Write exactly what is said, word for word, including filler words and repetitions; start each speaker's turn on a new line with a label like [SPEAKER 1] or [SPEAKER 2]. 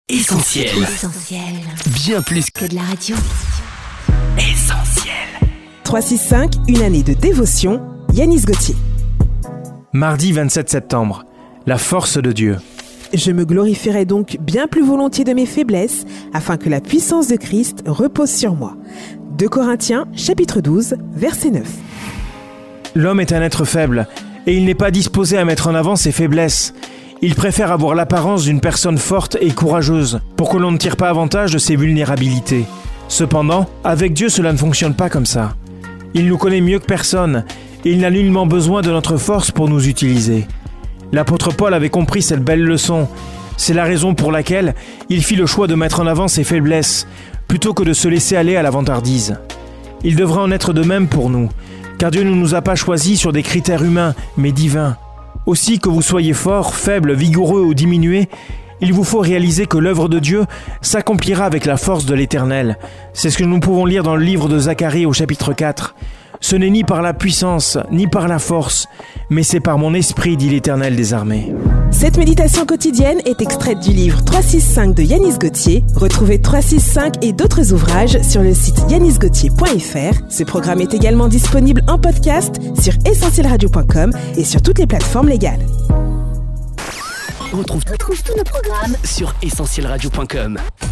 [SPEAKER 1] Essentiel.
[SPEAKER 2] Essentiel.
[SPEAKER 1] Bien plus
[SPEAKER 2] que de la radio.
[SPEAKER 1] Essentiel.
[SPEAKER 3] trois six cinq, une année de dévotion, Yanis Gauthier.
[SPEAKER 4] Mardi vingt-sept septembre, la force de Dieu.
[SPEAKER 3] Je me glorifierai donc bien plus volontiers de mes faiblesses, afin que la puissance de Christ repose sur moi. deux Corinthiens, chapitre douze, verset neuf.
[SPEAKER 4] L'homme est un être faible, et il n'est pas disposé à mettre en avant ses faiblesses. Il préfère avoir l'apparence d'une personne forte et courageuse, pour que l'on ne tire pas avantage de ses vulnérabilités. Cependant, avec Dieu, cela ne fonctionne pas comme ça. Il nous connaît mieux que personne, et il n'a nullement besoin de notre force pour nous utiliser. L'apôtre Paul avait compris cette belle leçon. C'est la raison pour laquelle il fit le choix de mettre en avant ses faiblesses, plutôt que de se laisser aller à la vantardise. Il devrait en être de même pour nous, car Dieu ne nous a pas choisis sur des critères humains, mais divins. Aussi, que vous soyez fort, faible, vigoureux ou diminué, il vous faut réaliser que l'œuvre de Dieu s'accomplira avec la force de l'Éternel. C'est ce que nous pouvons lire dans le livre de Zacharie au chapitre quatre. Ce n'est ni par la puissance, ni par la force, mais c'est par mon esprit, dit l'Éternel des armées.
[SPEAKER 3] Cette méditation quotidienne est extraite du livre trois six cinq de Yanis Gauthier. Retrouvez trois six cinq et d'autres ouvrages sur le site yanis gauthier point f r. Ce programme est également disponible en podcast sur essentiel radio point com et sur toutes les plateformes légales.
[SPEAKER 1] On retrouve, retrouve tous nos programmes sur essentiel radio point com.